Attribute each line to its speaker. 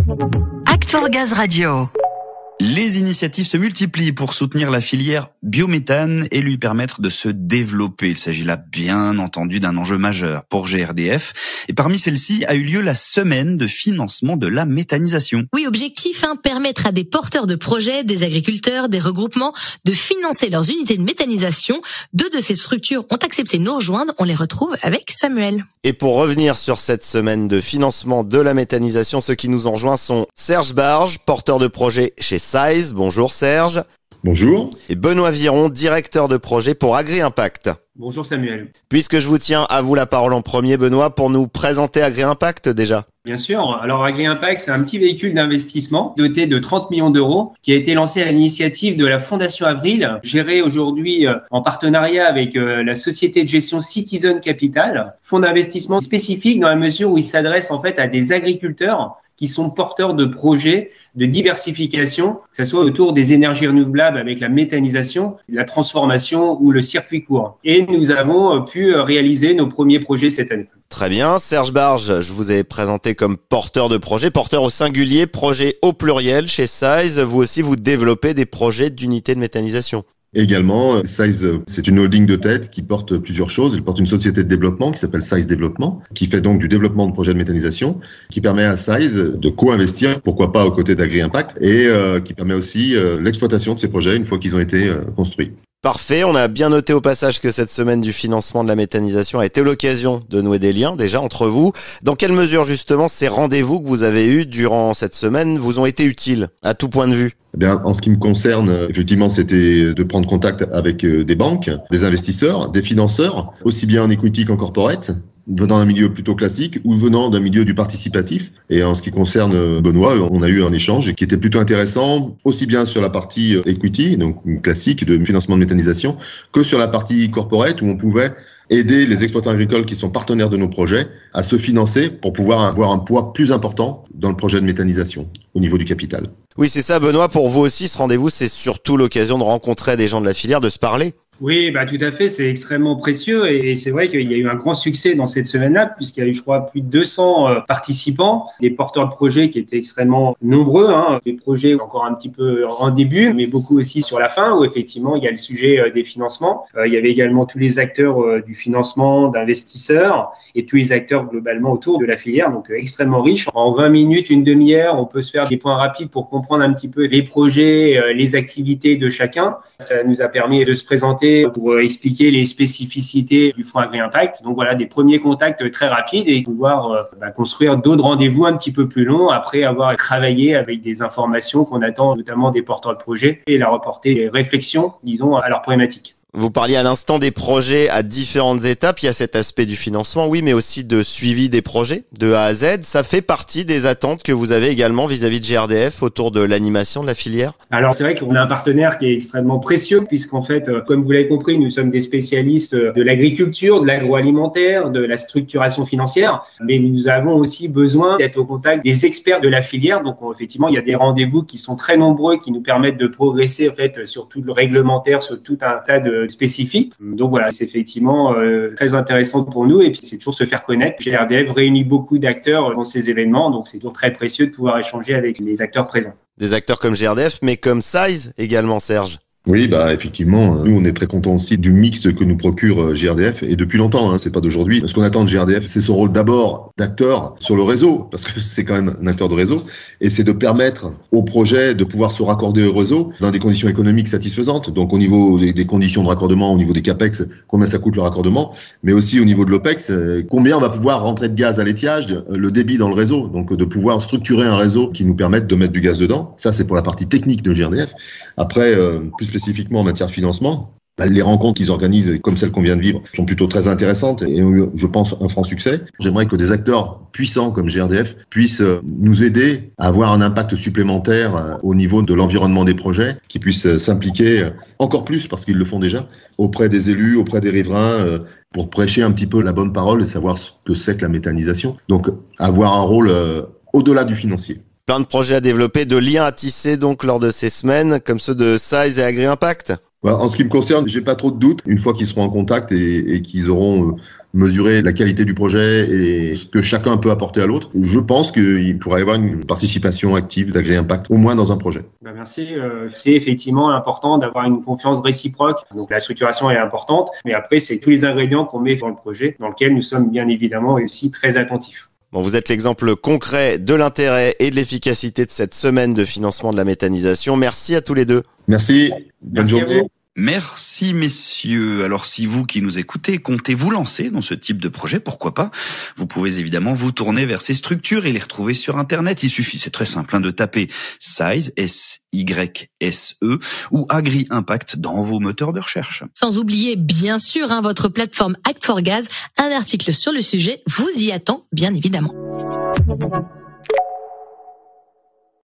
Speaker 1: Act for Gaz Radio.
Speaker 2: Les initiatives se multiplient pour soutenir la filière biométhane et lui permettre de se développer. Il s'agit là, bien entendu, d'un enjeu majeur pour GRDF. Et parmi celles-ci a eu lieu la semaine de financement de la méthanisation.
Speaker 3: Oui, objectif, permettre à des porteurs de projets, des agriculteurs, des regroupements de financer leurs unités de méthanisation. 2 de ces structures ont accepté de nous rejoindre. On les retrouve avec Samuel.
Speaker 4: Et pour revenir sur cette semaine de financement de la méthanisation, ceux qui nous ont rejoints sont Serge Barge, porteur de projet chez Size. Bonjour Serge.
Speaker 5: Bonjour.
Speaker 4: Et Benoît Viron, directeur de projet pour Agri-Impact.
Speaker 6: Bonjour Samuel.
Speaker 4: Puisque je vous tiens à vous la parole en premier, Benoît, pour nous présenter Agri-Impact déjà.
Speaker 6: Bien sûr. Alors Agri-Impact, c'est un petit véhicule d'investissement doté de 30 millions d'euros qui a été lancé à l'initiative de la Fondation Avril, géré aujourd'hui en partenariat avec la société de gestion Citizen Capital. Fonds d'investissement spécifique dans la mesure où il s'adresse en fait à des agriculteurs qui sont porteurs de projets de diversification, que ce soit autour des énergies renouvelables avec la méthanisation, la transformation ou le circuit court. Et nous avons pu réaliser nos premiers projets cette année.
Speaker 4: Très bien. Serge Barge, je vous ai présenté comme porteur de projet, porteur au singulier, projet au pluriel chez Size. Vous aussi, vous développez des projets d'unités de méthanisation.
Speaker 5: Également, Size, c'est une holding de tête qui porte plusieurs choses. Elle porte une société de développement qui s'appelle Size Développement, qui fait donc du développement de projets de méthanisation, qui permet à Size de co-investir, pourquoi pas aux côtés d'Agri-Impact, et qui permet aussi l'exploitation de ces projets une fois qu'ils ont été construits.
Speaker 4: Parfait, on a bien noté au passage que cette semaine du financement de la méthanisation a été l'occasion de nouer des liens déjà entre vous. Dans quelle mesure justement ces rendez-vous que vous avez eus durant cette semaine vous ont été utiles à tout point de vue ?
Speaker 5: Eh bien, en ce qui me concerne, effectivement, c'était de prendre contact avec des banques, des investisseurs, des financeurs, aussi bien en equity qu'en corporate, venant d'un milieu plutôt classique ou venant d'un milieu du participatif. Et en ce qui concerne Benoît, on a eu un échange qui était plutôt intéressant, aussi bien sur la partie equity, donc classique de financement de méthanisation, que sur la partie corporate où on pouvait aider les exploitants agricoles qui sont partenaires de nos projets à se financer pour pouvoir avoir un poids plus important dans le projet de méthanisation au niveau du capital.
Speaker 4: Oui, c'est ça, Benoît. Pour vous aussi, ce rendez-vous, c'est surtout l'occasion de rencontrer des gens de la filière, de se parler.
Speaker 6: Oui, tout à fait, c'est extrêmement précieux et c'est vrai qu'il y a eu un grand succès dans cette semaine-là puisqu'il y a eu, je crois, plus de 200 participants, des porteurs de projets qui étaient extrêmement nombreux, des projets encore un petit peu en début, mais beaucoup aussi sur la fin où effectivement il y a le sujet des financements. Il y avait également tous les acteurs du financement, d'investisseurs et tous les acteurs globalement autour de la filière, donc extrêmement riche. En 20 minutes, une demi-heure, on peut se faire des points rapides pour comprendre un petit peu les projets, les activités de chacun. Ça nous a permis de se présenter pour expliquer les spécificités du fonds Agri-Impact. Donc voilà, des premiers contacts très rapides et pouvoir construire d'autres rendez-vous un petit peu plus longs après avoir travaillé avec des informations qu'on attend notamment des porteurs de projets et leur apporter des réflexions, disons, à leurs problématiques.
Speaker 4: Vous parliez à l'instant des projets à différentes étapes. Il y a cet aspect du financement, oui, mais aussi de suivi des projets de A à Z. Ça fait partie des attentes que vous avez également vis-à-vis de GRDF autour de l'animation de la filière.
Speaker 6: Alors, c'est vrai qu'on a un partenaire qui est extrêmement précieux puisqu'en fait, comme vous l'avez compris, nous sommes des spécialistes de l'agriculture, de l'agroalimentaire, de la structuration financière, mais nous avons aussi besoin d'être au contact des experts de la filière. Donc, effectivement, il y a des rendez-vous qui sont très nombreux qui nous permettent de progresser en fait sur tout le réglementaire, sur tout un tas de spécifique. Donc voilà, c'est effectivement très intéressant pour nous et puis c'est toujours se faire connaître. GRDF réunit beaucoup d'acteurs dans ces événements, donc c'est toujours très précieux de pouvoir échanger avec les acteurs présents.
Speaker 4: Des acteurs comme GRDF, mais comme Size également, Serge.
Speaker 5: Oui, effectivement, nous on est très contents aussi du mixte que nous procure GRDF et depuis longtemps, c'est pas d'aujourd'hui. Ce qu'on attend de GRDF, c'est son rôle d'abord d'acteur sur le réseau, parce que c'est quand même un acteur de réseau, et c'est de permettre au projet de pouvoir se raccorder au réseau dans des conditions économiques satisfaisantes. Donc au niveau des conditions de raccordement, au niveau des capex, combien ça coûte le raccordement, mais aussi au niveau de l'opex, combien on va pouvoir rentrer de gaz à l'étiage, le débit dans le réseau, donc de pouvoir structurer un réseau qui nous permette de mettre du gaz dedans. Ça, c'est pour la partie technique de GRDF. Après, plus spécifiquement en matière de financement, les rencontres qu'ils organisent, comme celles qu'on vient de vivre, sont plutôt très intéressantes et je pense un franc succès. J'aimerais que des acteurs puissants comme GRDF puissent nous aider à avoir un impact supplémentaire au niveau de l'environnement des projets, qui puissent s'impliquer encore plus, parce qu'ils le font déjà, auprès des élus, auprès des riverains, pour prêcher un petit peu la bonne parole et savoir ce que c'est que la méthanisation. Donc avoir un rôle au-delà du financier.
Speaker 4: Plein de projets à développer, de liens à tisser donc lors de ces semaines, comme ceux de Size et Agri-Impact.
Speaker 5: En ce qui me concerne, j'ai pas trop de doutes. Une fois qu'ils seront en contact et qu'ils auront mesuré la qualité du projet et ce que chacun peut apporter à l'autre, je pense qu'il pourrait y avoir une participation active d'AgriImpact, au moins dans un projet.
Speaker 6: Merci. C'est effectivement important d'avoir une confiance réciproque. Donc la structuration est importante, mais après, c'est tous les ingrédients qu'on met dans le projet, dans lequel nous sommes bien évidemment aussi très attentifs.
Speaker 4: Bon, vous êtes l'exemple concret de l'intérêt et de l'efficacité de cette semaine de financement de la méthanisation. Merci à tous les deux.
Speaker 5: Merci. Bonne journée.
Speaker 2: Merci messieurs. Alors si vous qui nous écoutez comptez vous lancer dans ce type de projet, pourquoi pas, vous pouvez évidemment vous tourner vers ces structures et les retrouver sur internet. Il suffit, c'est très simple, de taper Syse, S-Y-S-E ou AgriImpact dans vos moteurs de recherche.
Speaker 3: Sans oublier bien sûr votre plateforme Act4Gaz, un article sur le sujet vous y attend bien évidemment.